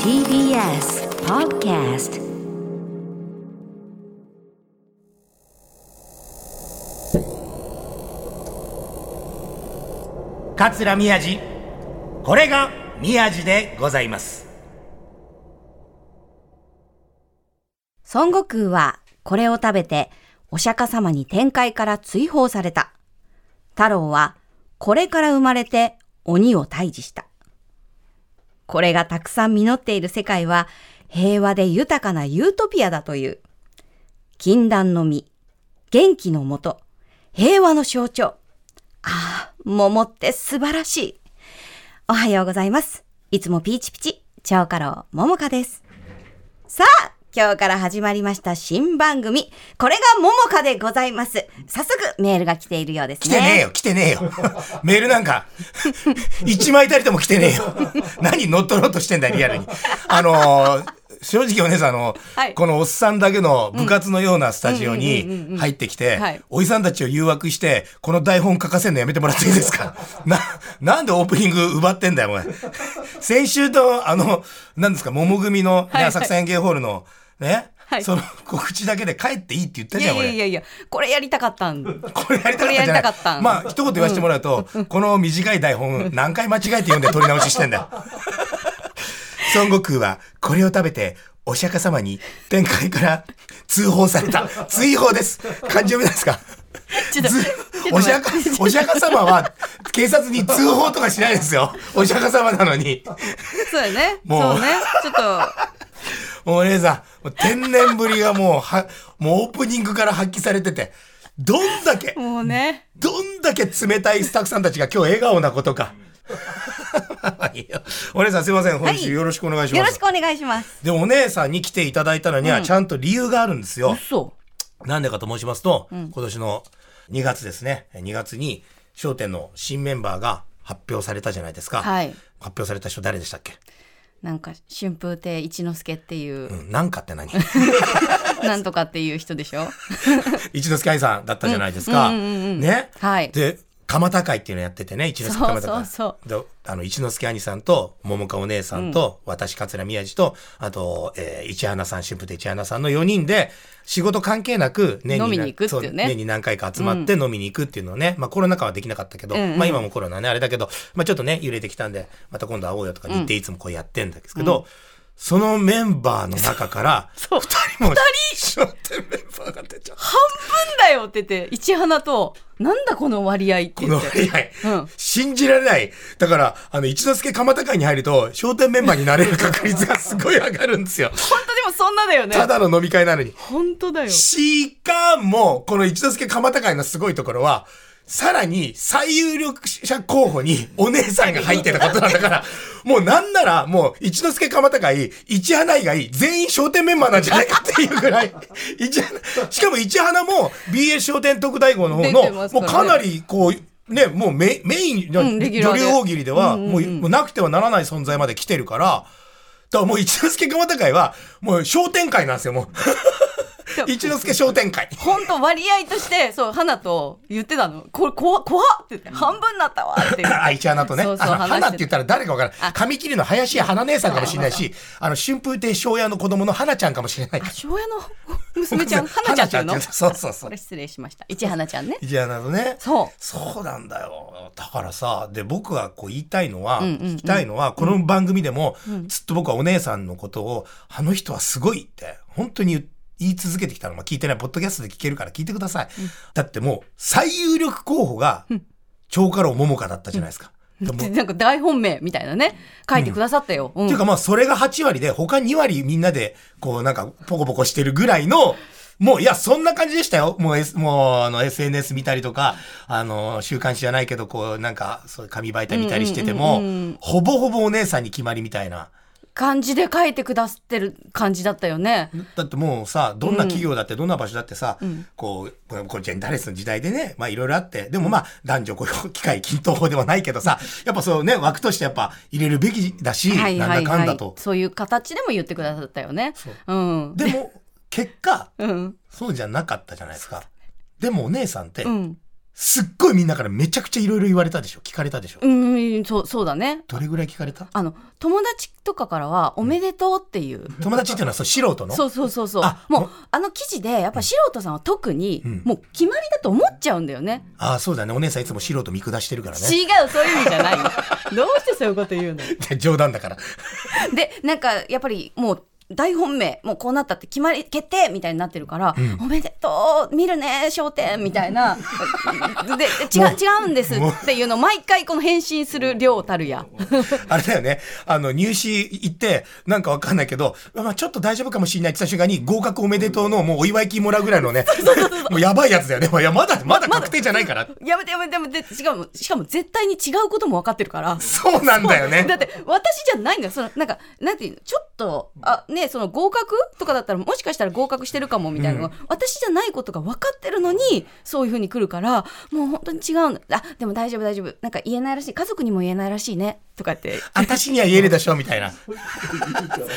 TBS Podcast。 桂宮治、これが宮治でございます。 孫悟空はこれを食べてお釈迦様に天界から追放された。太郎はこれから生まれて鬼を退治した。これがたくさん実っている世界は平和で豊かなユートピアだという。禁断の実、元気のもと、平和の象徴。ああ、桃って素晴らしい。おはようございます。いつもピーチピチ、超過労ももかです。さあ、今日から始まりました新番組、これがももかでございます。早速メールが来ているようですね。 来てねえよメールなんか一枚たりとも来てねえよ何乗っ取ろうとしてんだよリアルに。正直お姉さんはい、このおっさんだけの部活のようなスタジオに入ってきて、おじさんたちを誘惑してこの台本書かせるのやめてもらっていいですかなんでオープニング奪ってんだよお前先週と何ですか桃組の、ね、浅草園芸ホールのね、はい、その告知だけで帰っていいって言ったじゃん。 いやこれやりたかったんこれやりたかったんまあ一言言わせてもらうと、この短い台本何回間違えて読んで撮り直ししてんだよ孫悟空はこれを食べてお釈迦様に天界から通報された。追放です。漢字読めないですかお釈迦様は警察に通報とかしないですよ。お釈迦様なのに。 そうだね。そうね。ちょっともうお姉さん、天然ぶりがもうオープニングから発揮されてて、どんだけ冷たいスタッフさんたちが今日笑顔なことか。お姉さんすいません、本日よろしくお願いします。 よろしくお願いします。 でお姉さんに来ていただいたのにはちゃんと理由があるんですよ。なんでかと申しますと、今年の2月ですね、2月に笑点の新メンバーが発表されたじゃないですか。発表された人誰でしたっけ？ なんか春風亭一之輔っていう、 なんかって何なんとかっていう人でしょ一之輔愛さんだったじゃないですか、ね、で蒲田会っていうのやっててね、一之輔蒲田会。一之輔兄さんと桃香お姉さんと、私桂宮治とあと、市花さん、春風亭市花さんの4人で仕事関係なく飲みに行くっていうね、 年に何回か集まって飲みに行くっていうのをね、コロナ禍はできなかったけど、今もコロナねあれだけど、ちょっとね揺れてきたんでまた今度会おうよとか言っていつもこうやってんですけど、そのメンバーの中から2人も笑点メンバーが出ちゃった。 半分だよって言って、市花となんだこの割合って言って、この割合、信じられない。だから一之輔蒲田会に入ると笑点メンバーになれる確率がすごい上がるんですよ。 本当でもそんなだよね。 ただの飲み会なのに。 本当だよ。 しかもこの一之輔蒲田会のすごいところは、さらに最有力者候補にお姉さんが入ってたことなんだからもうなんならもう一之輔蒲田会市花以外全員笑点メンバーなんじゃないかっていうぐらいしかも市花も BS 笑点特大号の方の、もうかなりこうね、もうメインの女流大喜利ではもうなくてはならない存在まで来てるから、だからもう一之輔蒲田会はもう笑点会なんですよ。もう一之輔商店会。 本当割合としてそう花と言ってたの。これ怖っって言って、半分になったわって言って。 市花とね。花って言ったら誰か分からない。紙切りの林家花姉さんかもしれないし、春風亭昇也の子供の花ちゃんかもしれない。 昇也の娘ちゃん花ちゃんっていうの？ そう。 これ失礼しました。市花ちゃんね。 市花のね。そうなんだよ。だからさ、で僕がこう言いたいのは、聞きたいのは、この番組でもずっと僕はお姉さんのことをあの人はすごいって本当に言い続けてきたの。聞いてないポッドキャストで聞けるから聞いてください。だってもう最有力候補が超過労桃香だったじゃないですか。 なんか大本命みたいなね書いてくださったよ。 っていうかそれが8割で他2割みんなでこうなんかポコポコしてるぐらいの、もういやそんな感じでしたよ。もうSNS 見たりとか週刊誌じゃないけどこうなんかそういう紙媒体見たりしてても、ほぼほぼお姉さんに決まりみたいな感じで書いてくださってる感じだったよね。 だってもうさ、どんな企業だってどんな場所だってさ、これジェンダーレスの時代でね、いろいろあって、でも男女雇用機会均等法ではないけどさ、やっぱそうね、枠としてやっぱ入れるべきだし、なんだかんだと。 そういう形でも言ってくださったよね。 でも結果、そうじゃなかったじゃないですか。でもお姉さんって、 すっごいみんなからめちゃくちゃいろいろ言われたでしょ、聞かれたでしょ。 そうだね。 どれぐらい聞かれた？ 友達とかからはおめでとうっていう、 友達っていうのは素人の？ そうもう記事でやっぱ素人さんは特にもう決まりだと思っちゃうんだよね。 そうだね、お姉さんいつも素人見下してるからね。 違う、そういう意味じゃないよ。どうしてそういうこと言うの？ 冗談だから。でなんかやっぱりもう大本命もうこうなったって決定みたいになってるから、おめでとう見るね笑点みたいなで違うんですっていうのを毎回この返信する量たるや。 あれだよね、入試行ってなんかわかんないけど、ちょっと大丈夫かもしれないって言った瞬間に合格おめでとうのもうお祝い金もらうぐらいのねもうやばいやつだよね。いやまだ確定じゃないから。 やめてしかも絶対に違うことも分かってるから。 そうなんだよね。 だって私じゃないんだよ。なんていうの、ちょっとね、その合格とかだったらもしかしたら合格してるかもみたいなのが、私じゃないことが分かってるのにそういう風に来るから、もう本当に違うんだ。でも大丈夫なんか言えないらしい、家族にも言えないらしいねとかって私には言えるでしょみたいな。だからもう本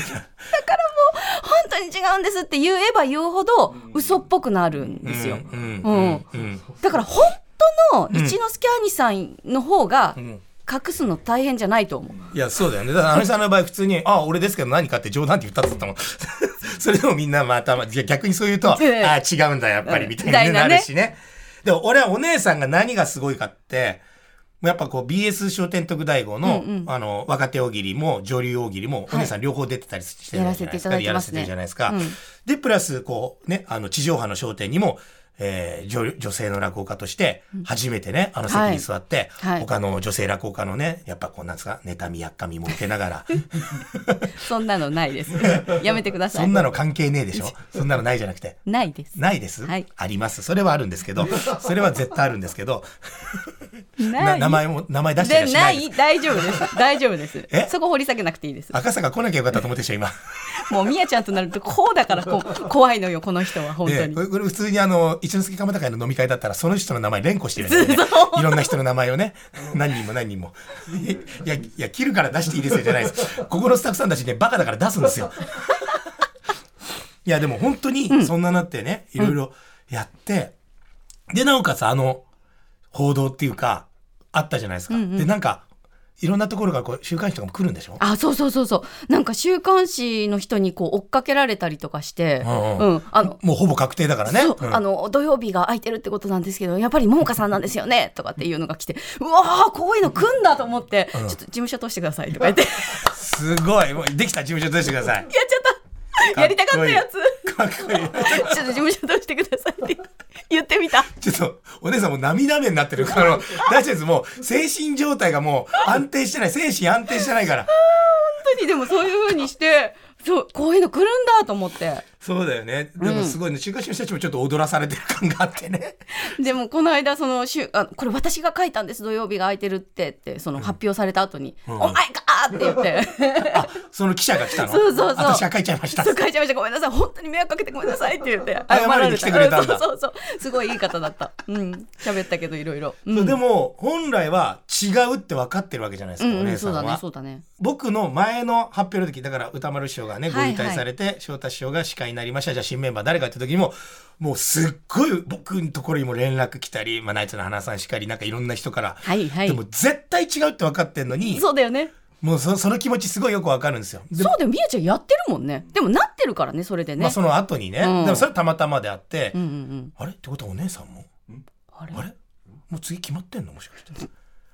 当に違うんですって言えば言うほど嘘っぽくなるんですよ。だから本当の一之輔兄さんの方が隠すの大変じゃないと思う。 いやそうだよね。だから姉さんの場合普通に俺ですけど何かって冗談って言ったって言ったもん。それでもみんな逆にそう言うと違うんだやっぱりみたいになるしね。でも俺はお姉さんが何がすごいかってやっぱこう BS 笑点特大号の、若手大喜利も女流大喜利もお姉さん両方出てたりしてるじゃないですか。やらせてるじゃないですか。でプラスこうね地上波の笑点にも女性の落語家として初めてね席に座って、他の女性落語家のねやっぱこうなんですか妬みやっかみも受けながらそんなのないです。やめてください。 そんなの関係ねえでしょ。そんなのないじゃなくてないです。 ないです、あります。それはあるんですけどそれは絶対あるんですけど名前出してらっしゃい。 大丈夫です。そこ掘り下げなくていいです。 赤坂来なきゃよかったと思ってしょ今。 もうみやちゃんとなるとこうだから怖いのよこの人は本当に。 これ普通に一之輔蒲田会の飲み会だったらその人の名前連呼してるんですよね。いろんな人の名前をね何人もいや切るから出していいですよじゃないです。ここのスタッフさんたちねバカだから出すんですよ。いやでも本当にそんななってね、いろいろやってでなおかつ報道っていうかあったじゃないですか。でなんかいろんなところからこう週刊誌とかも来るんでしょ。 そうなんか週刊誌の人にこう追っかけられたりとかして、もうほぼ確定だからね。 土曜日が空いてるってことなんですけどやっぱり桃花さんなんですよねとかっていうのが来て、うわーこういうの来んだと思って、ちょっと事務所通してくださいとか言ってすごいもうできた、事務所通してください。 やっちゃったやりたかったやつかっこいい。ちょっと事務所通してくださいって言ってみた。 ちょっとお姉さんも涙目になってるから大丈夫です。もう精神状態がもう安定してない、精神安定してないから。 本当にでもそういう風にしてこういうの来るんだと思って。 そうだよね。でもすごいね、週刊誌の人たちもちょっと踊らされてる感があってね。 でもこの間これ私が書いたんです土曜日が空いてるって発表された後に、お前かーって言ってその記者が来たの。 そう私が書いちゃいました。 書いちゃいました、ごめんなさい本当に迷惑かけてごめんなさいって言って謝られて来てくれたんだ。 そうすごいいい方だった喋ったけどいろいろ。 でも本来は違うって分かってるわけじゃないですか、お姉さんは。 そうだね。僕の前の発表の時だから歌丸師匠がねご引退されて、翔太師匠が司会になりました。じゃあ新メンバー誰かって時にもうすっごい僕のところにも連絡来たり、ナイツの花さんしかりなんかいろんな人から、でも絶対違うって分かってんのに。 そうだよね。 もうその気持ちすごいよく分かるんですよ。 そうだよ、みやちゃんやってるもんね。でもなってるからねそれでね。 その後にね、でもそれたまたまであって、あれってことはお姉さんもあれもう次決まってんのもしかして。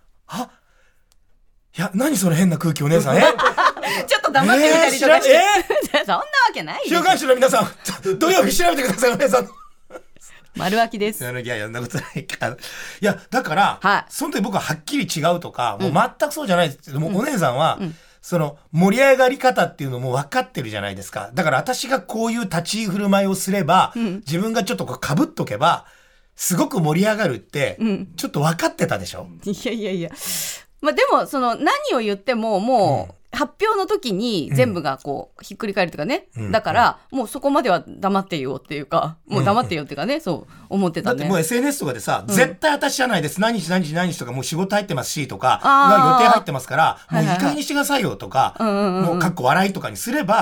いや何その変な空気お姉さん。ちょっと黙ってみたりとかして、そんなわけないでしょ。 週刊誌の皆さん土曜日調べてくださいお姉さん。 丸脇です。 いやそんなことないから。いやだから、その時僕ははっきり違うとか、もう全くそうじゃないですけども、お姉さんは、その盛り上がり方っていうのも分かってるじゃないですか。だから私がこういう立ち居振る舞いをすれば、自分がちょっとこうかぶっとけばすごく盛り上がるって、ちょっと分かってたでしょ。 いやでも何を言ってももう、発表の時に全部がこうひっくり返るというかね、だからもうそこまでは黙ってよっていうか、もう黙ってよっていうかね、そう思ってたね。 だってもう SNS とかでさ、絶対私じゃないです、何日とかもう仕事入ってますしとか予定入ってますからもういい加減にしてくださいよとか、もうかっこ笑いとかにすれば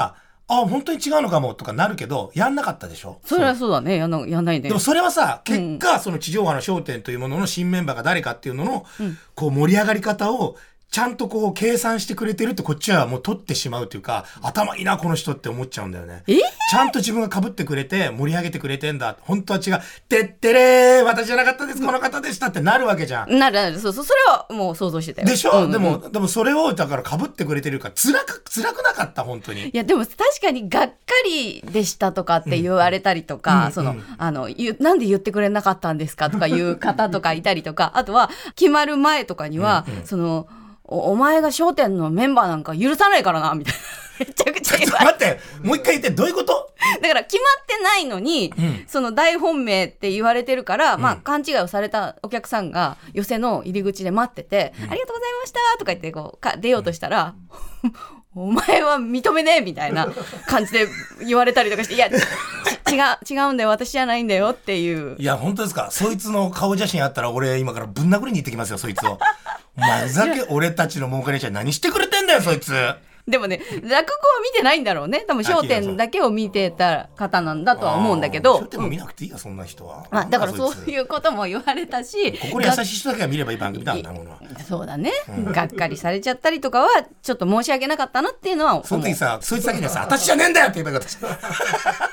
本当に違うのかもとかなるけど、やんなかったでしょ。 それはそうだね。やんないね。 でもそれはさ、結果、その地上波の笑点というものの新メンバーが誰かっていうのの、こう盛り上がり方を、ちゃんとこう計算してくれてるってこっちはもう取ってしまうというか、頭いいなこの人って思っちゃうんだよね。ちゃんと自分が被ってくれて盛り上げてくれてんだ。本当は違う。てってれー私じゃなかったです。この方でしたってなるわけじゃん。 なる。それはもう想像してたよ。 でしょ、でもそれをだから被ってくれてるから辛くなかった本当に。 いやでも確かにがっかりでしたとかって言われたりとか、なんで言ってくれなかったんですかとかいう方とかいたりとか、あとは決まる前とかには、お前が笑点のメンバーなんか許さないからなみたいな。めちゃくちゃちょっと待って、もう一回言って、どういうこと？ だから決まってないのに、その大本命って言われてるから、勘違いをされたお客さんが寄席の入り口で待ってて、ありがとうございましたとか言って出ようとしたら、お前は認めねえみたいな感じで言われたりとかして、いや違うんだよ私じゃないんだよっていう。 いや本当ですか。そいつの顔写真あったら俺今からぶん殴りに行ってきますよそいつを。お前ふざけ俺たちの儲かりちゃん何してくれてんだよそいつ。 でもね、落語は見てないんだろうね。多分笑点だけを見てた方なんだとは思うんだけど。 笑点も見なくていいよ、そんな人は。 だからそういうことも言われたし。 心優しい人だけが見ればいい番組だんなものは。 そうだね、がっかりされちゃったりとかはちょっと申し訳なかったなっていうのは思う。 その時さ、そいつだけにはさ、私じゃねえんだよって言えばよかった。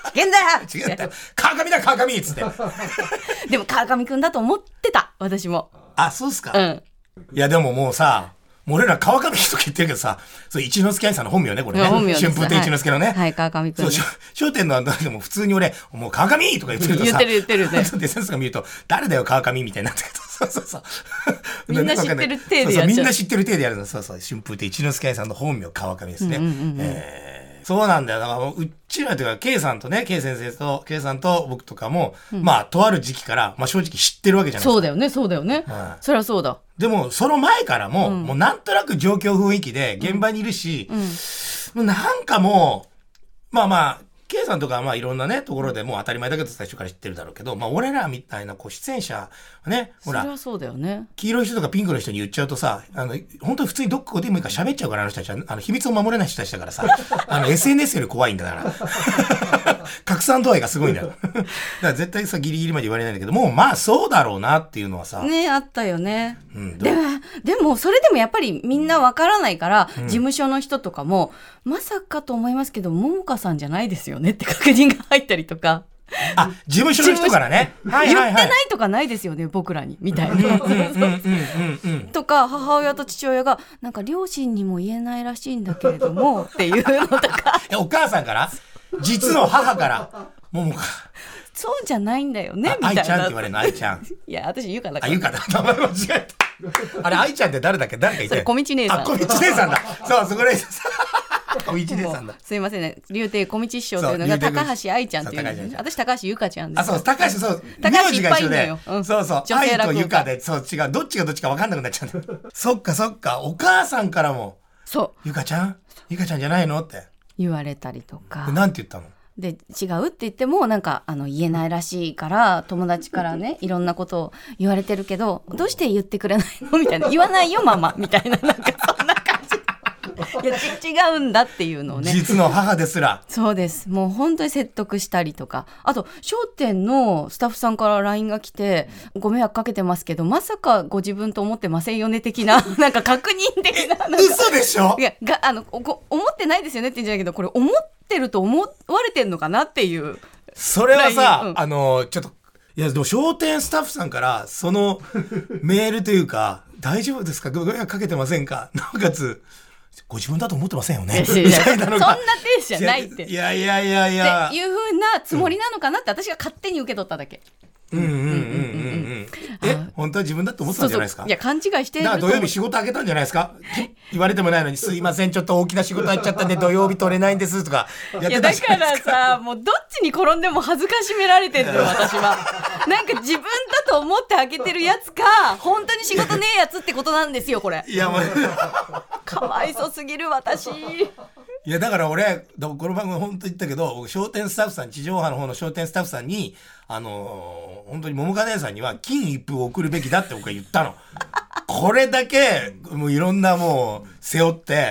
違うんだよ違うんだよ。川上だ川上っつって。 でも川上くんだと思ってた、私も。 あ、そうっすか。いやでももうさ、俺ら川上とか言ってるけどさ、それ一之輔兄さんの本名ね、これね。春風亭一之輔のね。 はい、川上くん。 そう、笑点のでも普通に俺、もう川上とか言ってるとさ。 言ってるね。 で、センスが見ると、誰だよ川上みたいになったけど、そう。 みんな知ってる体でやっちゃう。 みんな知ってる体でやるの。そう、春風亭一之輔兄さんの本名川上ですね。そうなんだよ。だからうちらというか、K さんとね、K 先生と、K さんと僕とかも、とある時期から、正直知ってるわけじゃないですか。 そうだよね。そりゃそうだ。 でも、その前からも、もうなんとなく状況雰囲気で現場にいるし、なんかもう、K さんとかはいろんなね、ところでもう当たり前だけど最初から知ってるだろうけど、俺らみたいな出演者はね、ほら、 そりゃそうだよね。 黄色い人とかピンクの人に言っちゃうとさ、本当に普通にどこでもいいから喋っちゃうから、あの人たちは、秘密を守れない人たちだからさ、SNS より怖いんだから。拡散度合いがすごいんだよ。だから絶対さ、ギリギリまで言われないんだけど、もうそうだろうなっていうのはさ。 ね、あったよね。でも、それでもやっぱりみんなわからないから、事務所の人とかも、まさかと思いますけど、桃花さんじゃないですよねって確認が入ったりとか。 あ、事務所の人からね。 言ってないとかないですよね、僕らに。みたいな。とか、母親と父親が、なんか両親にも言えないらしいんだけれども、っていうのとか。 お母さんから実の母から、桃花。 そうじゃないんだよね、みたいな。 愛ちゃんって言われるの、愛ちゃん。 いや、私、ゆかだから。ゆかだ。名前間違えた。あれ、愛ちゃんって誰だっけ？誰かいて。 小道姉さん。 小道姉さんだ。そう、そこで。小道姉さんだ。 すいませんね。竜亭小道師匠というのが高橋愛ちゃんっていう。私、高橋ゆかちゃんです。 あ、そう、高橋、そう。 高橋いっぱいいるのよ。 そう。愛とゆかで、そう、違う。どっちがどっちか分かんなくなっちゃうんだよ。そっか。お母さんからも。 そう。 ゆかちゃんじゃないのって。 言われたりとか。 なんて言ったの？ で違うって言ってもなんか言えないらしいから友達からねいろんなことを言われてるけどどうして言ってくれないのみたいな言わないよママみたいななんかそんな感じいや違うんだっていうのをね実の母ですらそうですもう本当に説得したりとかあと笑点のスタッフさんから LINE が来てご迷惑かけてますけどまさかご自分と思ってませんよね的ななんか確認的な嘘でしょいや思ってないですよねって言うんじゃないけどこれ思ってると思われてんのかなっていうそれはさ、ちょっといやでも笑点スタッフさんからそのメールというか大丈夫ですかご迷惑かけてませんかなおかつご自分だと思ってませんよねみたいなのがそんなペースじゃないっていやっていう風なつもりなのかなって私が勝手に受け取っただけ本当は自分だと思ってたんじゃないですかいや勘違いしてるだから土曜日仕事あげたんじゃないですか言われてもないのにすいませんちょっと大きな仕事入っちゃったんで土曜日取れないんですとかやってたじゃないですかいやだからさもうどっちに転んでも恥ずかしめられてるの私はなんか自分だと思ってあげてるやつか本当に仕事ねえやつってことなんですよこれいやもうかわいそすぎる私いやだから俺この番組本当言ったけど僕笑点スタッフさん地上波の方の笑点スタッフさんに本当に桃花姉さんには金一封を送るべきだって僕は言ったのこれだけもういろんなもう背負って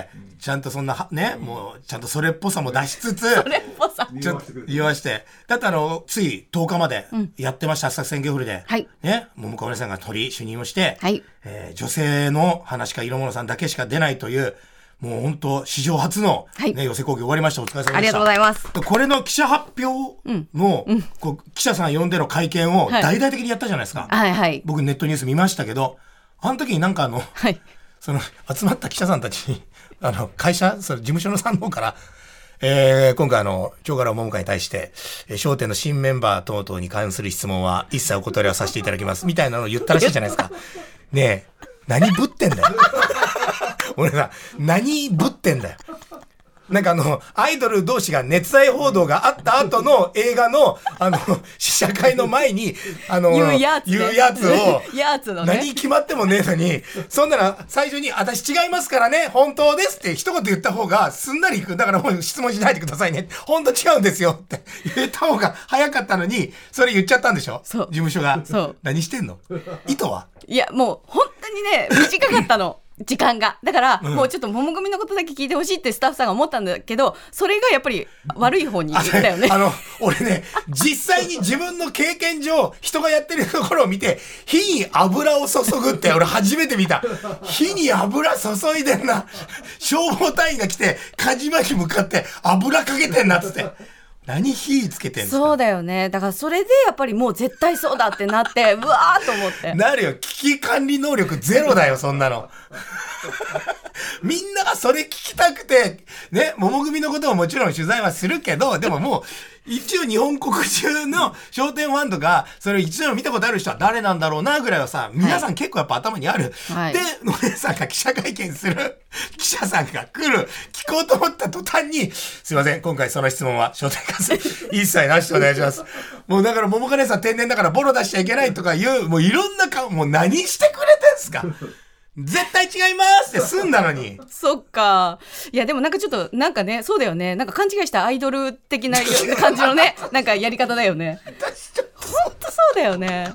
ちゃんとそんなね、もうちゃんとそれっぽさも出しつつ、 それっぽさ。 ちょっと言わして。だってつい10日までやってました、浅草選挙フルで。 はい。ね、 桃子お姉さんが主任をして、 はい。 女性の話家色物さんだけしか出ないという、もう本当史上初の、ね、寄せ講義終わりました。お疲れ様でした。 ありがとうございます。 これの記者発表の、こう記者さん呼んでの会見を大々的にやったじゃないですか。 はいはい。 僕ネットニュース見ましたけど、あの時になんかはい、 その集まった記者さんたちに、会社、その事務所のさんの方から、今回長柄桃花に対して、笑点の新メンバー等々に関する質問は一切お断りはさせていただきます。みたいなのを言ったらしいじゃないですか。ねえ、何ぶってんだよ。俺さ、何ぶってんだよ。なんかアイドル同士が熱愛報道があった後の映画の、試写会の前に、 言うやつを、 やつのね。 何決まってもねえのに、そんなら最初に、私違いますからね、本当ですって一言言った方がすんなりいく。だからもう質問しないでくださいね。本当違うんですよって言った方が早かったのに、それ言っちゃったんでしょ？そう。事務所が。そう。何してんの？意図は？ いや、もう本当にね、短かったの。時間が。だから、もうちょっと桃組のことだけ聞いてほしいってスタッフさんが思ったんだけど、それがやっぱり悪い方に言ったよね。 俺ね、実際に自分の経験上、人がやってるところを見て、火に油を注ぐって俺初めて見た。火に油注いでんな。消防隊員が来て、火事場に向かって油かけてんなっつって。何火つけてんですか？ そうだよね。だからそれでやっぱりもう絶対そうだってなって、うわーと思って。 なるよ。危機管理能力ゼロだよ、そんなの。みんながそれ聞きたくて、ね、桃組のことももちろん取材はするけど、でももう、一応日本国中の笑点ファンとか、それ一度見たことある人は誰なんだろうなぐらいはさ、皆さん結構やっぱ頭にある。はい、で、お姉さんが記者会見する、記者さんが来る、聞こうと思った途端に、すいません、今回その質問は笑点活一切なしでお願いします。もうだから桃花姉さん天然だからボロ出しちゃいけないとかいう、もういろんな顔、もう何してくれてんすか？絶対違いますって済んだのに。 そっか。いやでもなんかちょっとなんかね、そうだよね。なんか勘違いしたアイドル的な感じのね、なんかやり方だよね。ほんとそうだよね。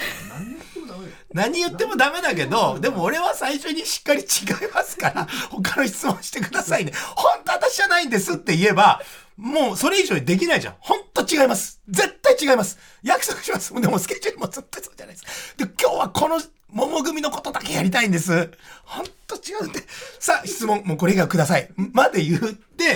何言ってもダメだけど、でも俺は最初にしっかり違いますから、他の質問してくださいね。本当私じゃないんですって言えば、もうそれ以上にできないじゃん。本当違います。絶対違います。約束します。でもスケジュールもずっとそうじゃないです。で、今日はこの桃組のことだけやりたいんです。ほんと違うんで。さあ、質問、もうこれ以外ください。まで言って、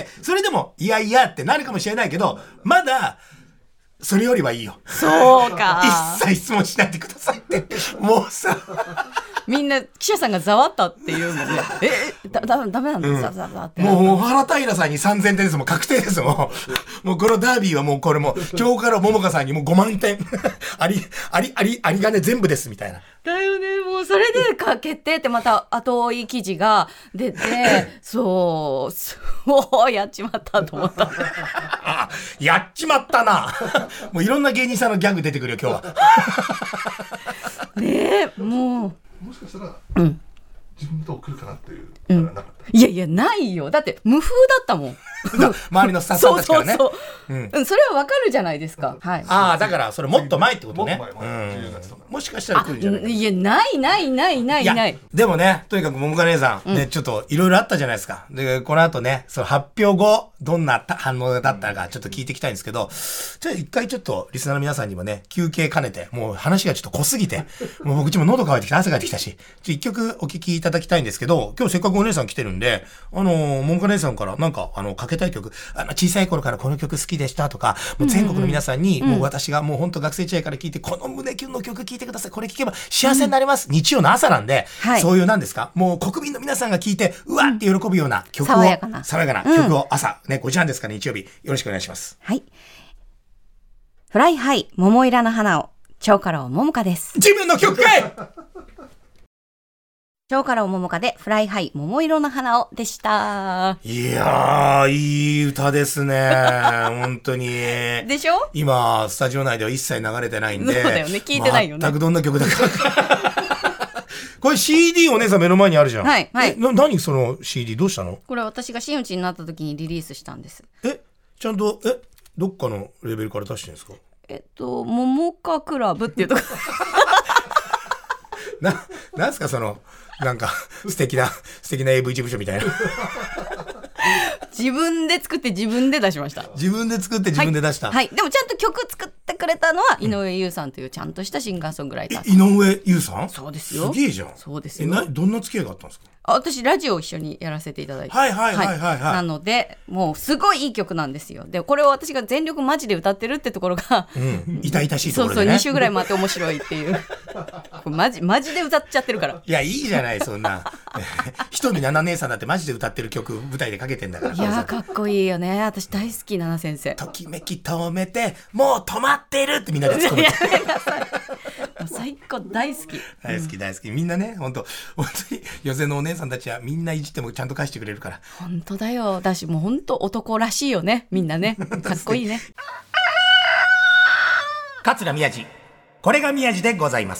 それでも、いやいやってなるかもしれないけど、まだ、それよりはいいよ。 そうか。 一切質問しないでくださいって。もうさ。 みんな記者さんがざわったっていうもんね。ダメなんだ、ざわって。 もう原平さんに3000点です。もう確定です。もうこのダービーはもうこれもう、今日から桃花さんにもう5万点。ありがね全部ですみたいな。 だよね。もうそれで決定ってまた後追い記事が出て、そうやっちまったと思った。 やっちまったな。もういろんな芸人さんのギャグ出てくるよ今日は。 ねえ、もう。 もしかしたら、自分のとこ来るかなっていう、なかった。 いやいや、ないよ。だって無風だったもん。 周りのスタッフさんたちからね。 それはわかるじゃないですか。はい。 ああ、だからそれもっと前ってことね。もしかしたら来るんじゃないか。 いや、ない。 でもね、とにかく桃花姉さん、ね、ちょっといろいろあったじゃないですか。で、この後ね、その発表後、どんな反応だったかちょっと聞いていきたいんですけど、じゃあ一回ちょっとリスナーの皆さんにもね、休憩兼ねて、もう話がちょっと濃すぎて、もう僕ちも喉乾いてきて汗かいてきたし、一曲お聞きいただきたいんですけど、今日せっかくお姉さん来てるんで、桃花姉さんからなんか、かけたい曲、小さい頃からこの曲好きでしたとか、もう全国の皆さんに、もう私がもう本当学生時代から聴いて、この胸キュンの曲聴いてください。これ聴けば幸せになります。日曜の朝なんで、そういうなんですか、もう国民の皆さんが聴いて、うわって喜ぶような曲を、爽やかな曲を朝、ね、5時半ですかね、日曜日、よろしくお願いします。 はい。フライハイ、桃色の花を、蝶花楼桃花です。 自分の曲かい蝶花楼桃花でフライハイ桃色の花をでした。 いやー、いい歌ですね。本当に。 でしょ？ 今、スタジオ内では一切流れてないんで。 そうだよね。聞いてないよね。 全くどんな曲だか。これ CD お姉さん目の前にあるじゃん。 はい。 何その CD どうしたの？ これ私が真打ちになった時にリリースしたんです。 ちゃんと、どっかのレベルから出してるんですか？ 桃花クラブっていうとこ。 なんすかそのなんか素敵な AV 事務所みたいな。 自分で作って自分で出しました。 自分で作って自分で出した。 はい。でもちゃんと曲作ってくれたのは井上優さんというちゃんとしたシンガーソングライター。 井上優さん？ そうですよ。 すげえじゃん。 そうですよ。 どんな付き合いがあったんですか？ 私ラジオを一緒にやらせていただいて、 はいはいはいはい、 なのでもうすごいいい曲なんですよ。でこれを私が全力マジで歌ってるってところが、 痛々しいところでね。 そうそう2週ぐらい待って面白いっていうこれマジで歌っちゃってるから。 いやいいじゃないそんなひとみなな姉さんだってマジで歌ってる曲舞台でかけてんだから。 いやかっこいいよね。私大好きなな先生。 ときめき止めてもう止まってるってみんなで突っ込む。 最高大好き大好き大好き、みんなね本当に寄席のお姉さんたちはみんないじってもちゃんと返してくれるから。 本当だよ。だしもう本当男らしいよねみんなね。かっこいいね。 桂宮治、これが宮治でございます。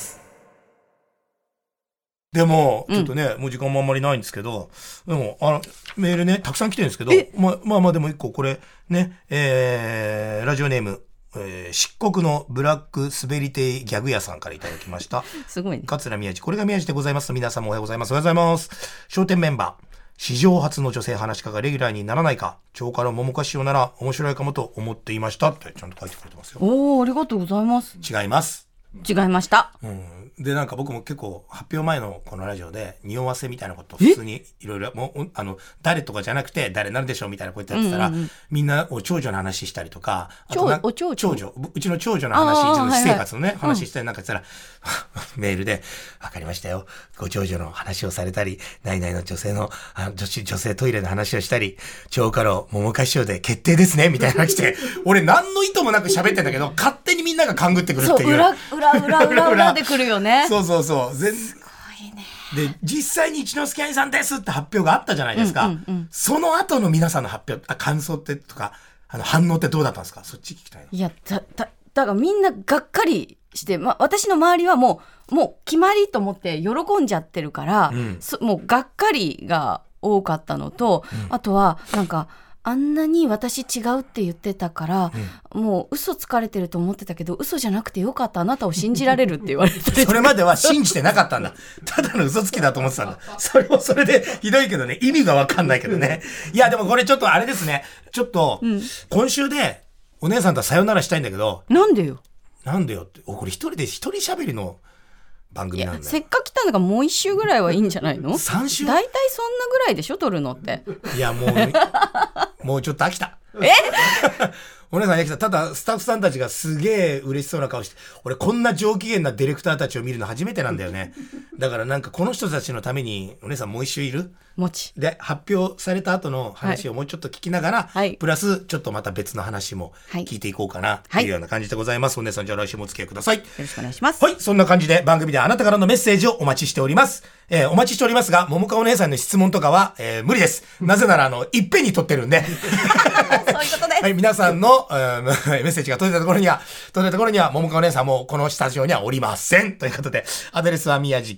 でもちょっとね、もう時間もあんまりないんですけど、でもメールねたくさん来てるんですけど、まあでも一個これね、ラジオネーム漆黒のブラック滑り亭ギャグ屋さんからいただきました。 すごいね。 桂宮治、これが宮治でございます。皆さんもおはようございます。おはようございます。笑点メンバー、史上初の女性話し家がレギュラーにならないか、蝶花の桃花師匠なら面白いかもと思っていましたってちゃんと書いてくれてますよ。 おー、ありがとうございます。 違います。 違いました。 でなんか僕も結構発表前のこのラジオで匂わせみたいなことを普通にいろいろもう誰とかじゃなくて誰なるでしょうみたいなことやってたら、みんなお長女の話したりとか、あと長女うちの長女の話、私生活のね、話したりなんかしたら、メールで分かりましたよ、ご長女の話をされたり、内々の女性の女性トイレの話をしたり、蝶花楼桃花師匠で決定ですねみたいなの来て俺何の意図もなく喋ってんだけど勝手にみんなが勘ぐってくるっていう。 裏で来るよね。 そうすごいね。 で実際に一之輔兄さんですって発表があったじゃないですか、その後の皆さんの発表感想ってとか反応ってどうだったんですか？そっち聞きたいな。 いやだからみんながっかりして、私の周りはもう決まりと思って喜んじゃってるから、もうがっかりが多かったのと、あとはなんかあんなに私違うって言ってたから、もう嘘つかれてると思ってたけど嘘じゃなくてよかった、あなたを信じられるって言われたりそれまでは信じてなかったんだ。ただの嘘つきだと思ってたんだ。それもそれでひどいけどね、意味がわかんないけどね。いやでもこれちょっとあれですね、ちょっと、今週でお姉さんとはさよならしたいんだけど。 なんでよって、これ一人喋りの番組なんだよ。 せっかく来たんだからもう1週ぐらいはいいんじゃないの ？3週？ 大体そんなぐらいでしょ撮るのって。 いやもうちょっと飽きた。お姉さん飽きた。ただスタッフさんたちがすげえ嬉しそうな顔して、俺こんな上機嫌なディレクターたちを見るの初めてなんだよね。だからなんかこの人たちのためにお姉さんもう一周いる？ もちで発表された後の話をもうちょっと聞きながら、プラスちょっとまた別の話も聞いていこうかなっていうような感じでございます。お姉さんじゃあ来週もお付き合いください。よろしくお願いします。 はい、そんな感じで番組であなたからのメッセージをお待ちしております。お待ちしておりますが、桃香お姉さんの質問とかは、無理です。なぜならいっぺんに撮ってるんで。 そういうことです。 はい、皆さんの、メッセージが届いたところには、桃香お姉さんもこのスタジオにはおりません。ということで、アドレスは宮地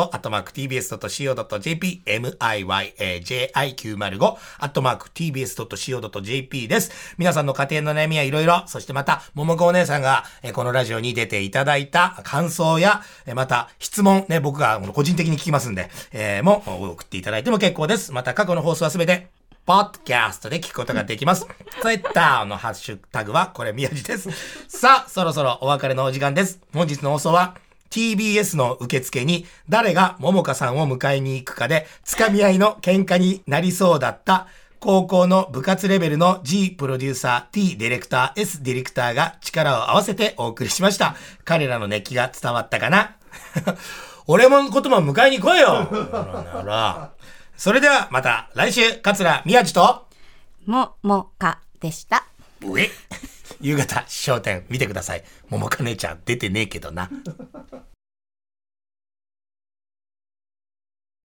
905@tbs.co.jp、miyaji905@tbs.co.jp です。皆さんの家庭の悩みやいろいろ、そしてまた、桃香お姉さんが、このラジオに出ていただいた感想や、また質問ね、僕が個人的に聞きますんで、も送っていただいても結構です。また過去の放送はすべて、ポッドキャストで聞くことができます。Twitter のハッシュタグはこれ宮地です。さあ、そろそろお別れのお時間です。本日の放送は TBS の受付に誰が桃香さんを迎えに行くかでつかみ合いの喧嘩になりそうだった高校の部活レベルの G プロデューサー T ディレクター S ディレクターが力を合わせてお送りしました。彼らの熱気が伝わったかな俺もことも迎えに来いよそれではまた来週、桂宮治と桃香でした。 夕方笑点見てください。桃香姉ちゃん出てねえけどな。